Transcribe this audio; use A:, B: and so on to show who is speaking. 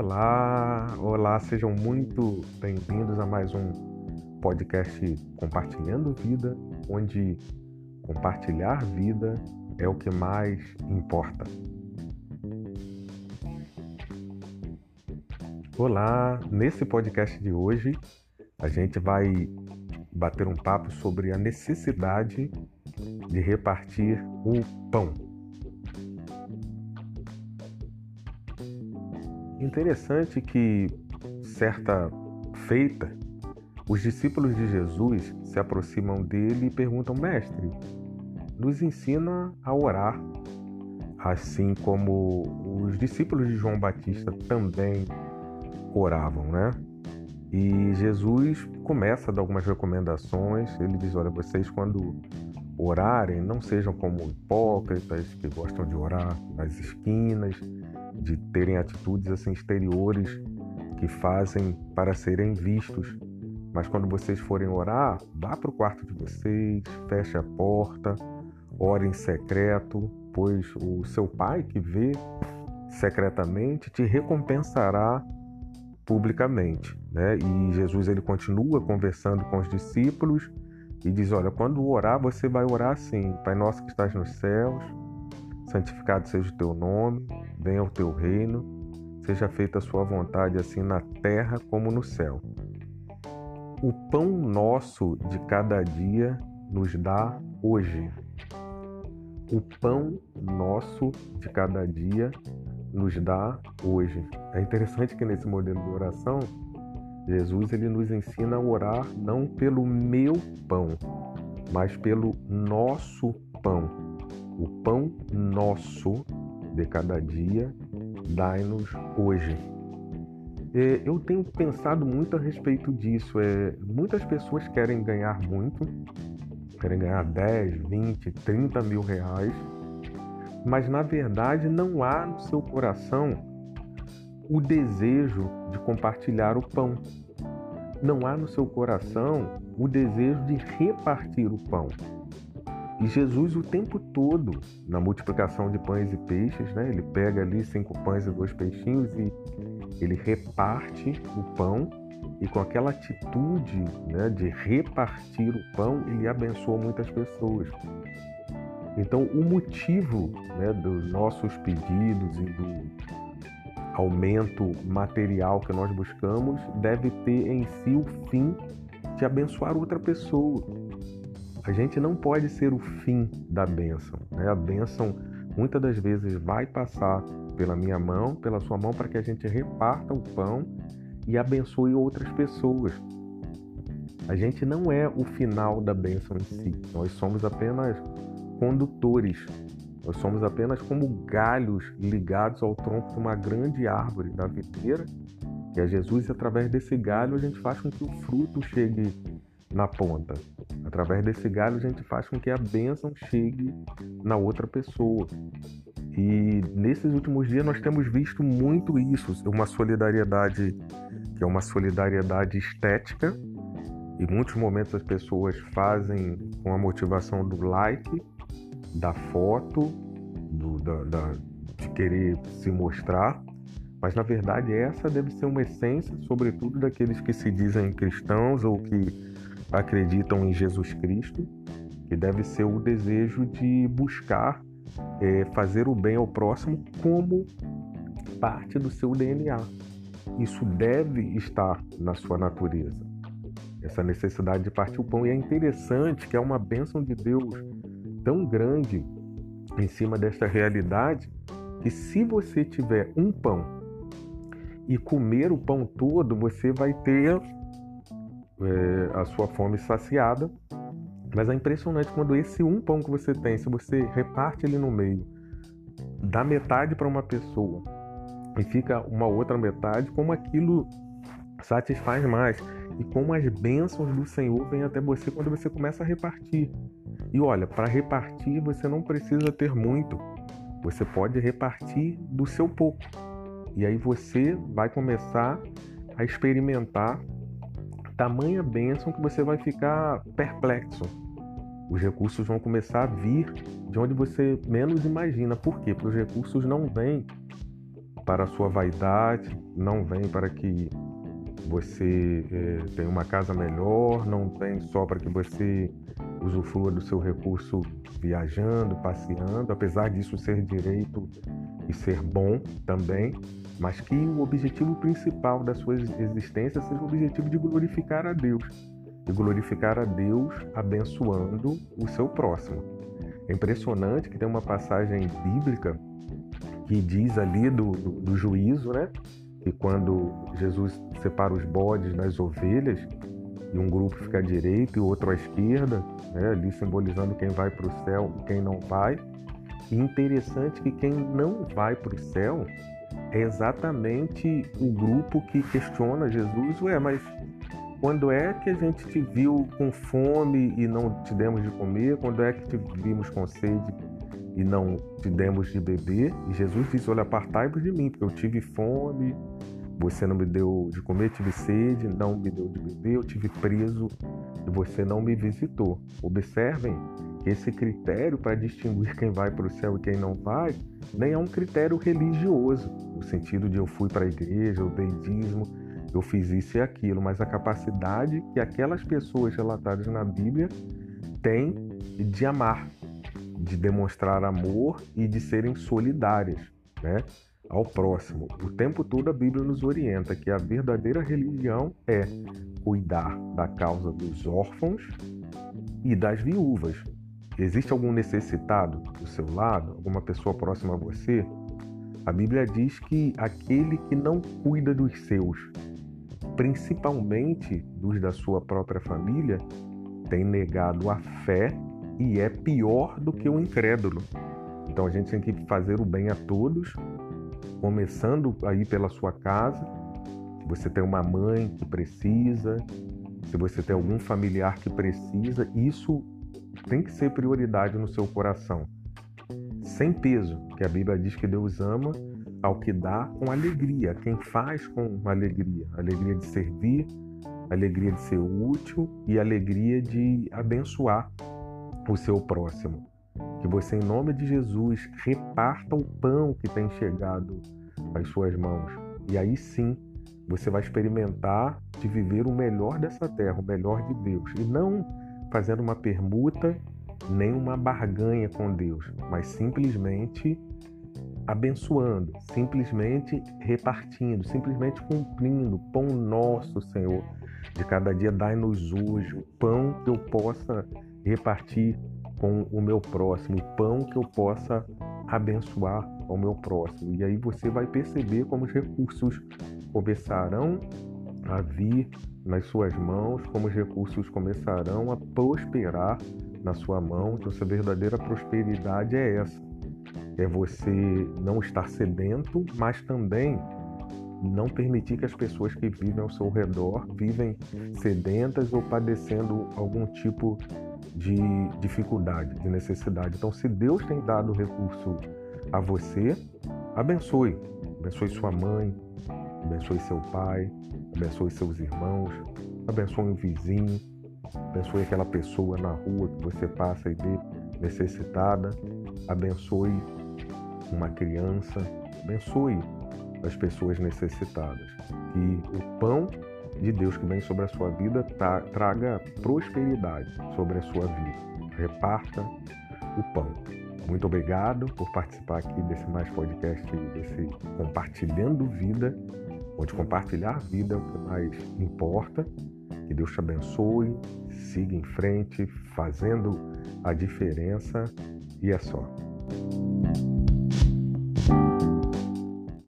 A: Olá, olá, sejam muito bem-vindos a mais um podcast Compartilhando Vida, onde compartilhar vida é o que mais importa. Olá, nesse podcast de hoje a gente vai bater um papo sobre a necessidade de repartir o pão. Interessante que, certa feita, os discípulos de Jesus se aproximam dele e perguntam: Mestre, nos ensina a orar, assim como os discípulos de João Batista também oravam, né? E Jesus começa a dar algumas recomendações. Ele diz: olha, vocês quando orarem, não sejam como hipócritas que gostam de orar nas esquinas, de terem atitudes assim exteriores que fazem para serem vistos. Mas quando vocês forem orar, vá para o quarto de vocês, feche a porta, ore em secreto, pois o seu Pai que vê secretamente te recompensará publicamente, né? E Jesus ele continua conversando com os discípulos e diz: olha, quando orar, você vai orar assim: Pai nosso que estás nos céus, santificado seja o teu nome, venha o teu reino, seja feita a sua vontade assim na terra como no céu. O pão nosso de cada dia nos dá hoje. O pão nosso de cada dia nos dá hoje. É interessante que nesse modelo de oração, Jesus ele nos ensina a orar não pelo meu pão, mas pelo nosso pão. O pão nosso de cada dia dai-nos hoje. Eu tenho pensado muito a respeito disso. Muitas pessoas querem ganhar muito, querem ganhar 10, 20, 30 mil reais, mas na verdade não há no seu coração o desejo de compartilhar o pão. Não há no seu coração o desejo de repartir o pão. E Jesus o tempo todo, na multiplicação de pães e peixes, né, ele pega ali 5 pães e 2 peixinhos e ele reparte o pão, e com aquela atitude, né, de repartir o pão, ele abençoa muitas pessoas. Então, o motivo, né, dos nossos pedidos e do aumento material que nós buscamos deve ter em si o fim de abençoar outra pessoa. A gente não pode ser o fim da bênção, né? A bênção muitas das vezes vai passar pela minha mão, pela sua mão, para que a gente reparta o pão e abençoe outras pessoas. A gente não é o final da bênção em si. Nós somos apenas condutores. Nós somos apenas como galhos ligados ao tronco de uma grande árvore da videira, que é Jesus, e através desse galho a gente faz com que o fruto chegue na ponta. Através desse galho a gente faz com que a bênção chegue na outra pessoa. E nesses últimos dias nós temos visto muito isso, uma solidariedade que é uma solidariedade estética. Em muitos momentos as pessoas fazem com a motivação do like, da foto, de querer se mostrar, mas na verdade essa deve ser uma essência, sobretudo daqueles que se dizem cristãos ou que acreditam em Jesus Cristo, que deve ser o desejo de buscar fazer o bem ao próximo como parte do seu DNA. Isso deve estar na sua natureza, essa necessidade de partir o pão. E é interessante que é uma bênção de Deus tão grande em cima desta realidade, que se você tiver um pão e comer o pão todo, você vai ter a sua fome saciada. Mas é impressionante quando esse um pão que você tem, se você reparte ele no meio, dá metade para uma pessoa e fica uma outra metade, como aquilo satisfaz mais e como as bênçãos do Senhor vêm até você quando você começa a repartir. E olha, para repartir você não precisa ter muito, você pode repartir do seu pouco, e aí você vai começar a experimentar tamanha bênção que você vai ficar perplexo. Os recursos vão começar a vir de onde você menos imagina. Por quê? Porque os recursos não vêm para a sua vaidade, não vem para que você tenha uma casa melhor, não vem só para que você usufrua do seu recurso viajando, passeando, apesar disso ser direito e ser bom também, mas que o objetivo principal da sua existência seja o objetivo de glorificar a Deus, e glorificar a Deus abençoando o seu próximo. É impressionante que tem uma passagem bíblica que diz ali do juízo, né? Que quando Jesus separa os bodes das ovelhas, e um grupo fica à direita e o outro à esquerda, né? Ali simbolizando quem vai para o céu e quem não vai. E interessante que quem não vai para o céu é exatamente o grupo que questiona Jesus, mas quando é que a gente te viu com fome e não te demos de comer? Quando é que te vimos com sede e não te demos de beber? E Jesus diz, olha, apartai-vos de mim, porque eu tive fome, você não me deu de comer, tive sede, não me deu de beber, eu tive preso e você não me visitou. Observem que esse critério para distinguir quem vai para o céu e quem não vai, nem é um critério religioso, no sentido de eu fui para a igreja, eu dei dízimo, eu fiz isso e aquilo, mas a capacidade que aquelas pessoas relatadas na Bíblia têm de amar, de demonstrar amor e de serem solidárias, né, ao próximo. O tempo todo a Bíblia nos orienta que a verdadeira religião é cuidar da causa dos órfãos e das viúvas. Existe algum necessitado do seu lado, alguma pessoa próxima a você? A Bíblia diz que aquele que não cuida dos seus, principalmente dos da sua própria família, tem negado a fé e é pior do que o incrédulo. Então a gente tem que fazer o bem a todos, começando aí pela sua casa. Se você tem uma mãe que precisa, se você tem algum familiar que precisa, isso tem que ser prioridade no seu coração. Sem peso, que a Bíblia diz que Deus ama ao que dá com alegria, quem faz com alegria. Alegria de servir, alegria de ser útil e alegria de abençoar o seu próximo. Que você, em nome de Jesus, reparta o pão que tem chegado às suas mãos. E aí sim, você vai experimentar de viver o melhor dessa terra, o melhor de Deus. E não fazendo uma permuta, nem uma barganha com Deus, mas simplesmente abençoando, simplesmente repartindo, simplesmente cumprindo. Pão nosso, Senhor, de cada dia dai-nos hoje, o pão que eu possa repartir com o meu próximo, o pão que eu possa abençoar ao meu próximo. E aí você vai perceber como os recursos começarão a vir nas suas mãos, como os recursos começarão a prosperar na sua mão. Então, essa verdadeira prosperidade é essa. É você não estar sedento, mas também não permitir que as pessoas que vivem ao seu redor vivem sedentas ou padecendo algum tipo de dificuldade, de necessidade. Então, se Deus tem dado recurso a você, abençoe. Abençoe sua mãe, abençoe seu pai, abençoe seus irmãos, abençoe um vizinho, abençoe aquela pessoa na rua que você passa e vê necessitada, abençoe uma criança, abençoe as pessoas necessitadas. Que o pão de Deus que vem sobre a sua vida traga prosperidade sobre a sua vida. Reparta o pão. Muito obrigado por participar aqui desse mais podcast, desse Compartilhando Vida, onde compartilhar a vida é o que mais importa. Que Deus te abençoe, siga em frente, fazendo a diferença, e é só.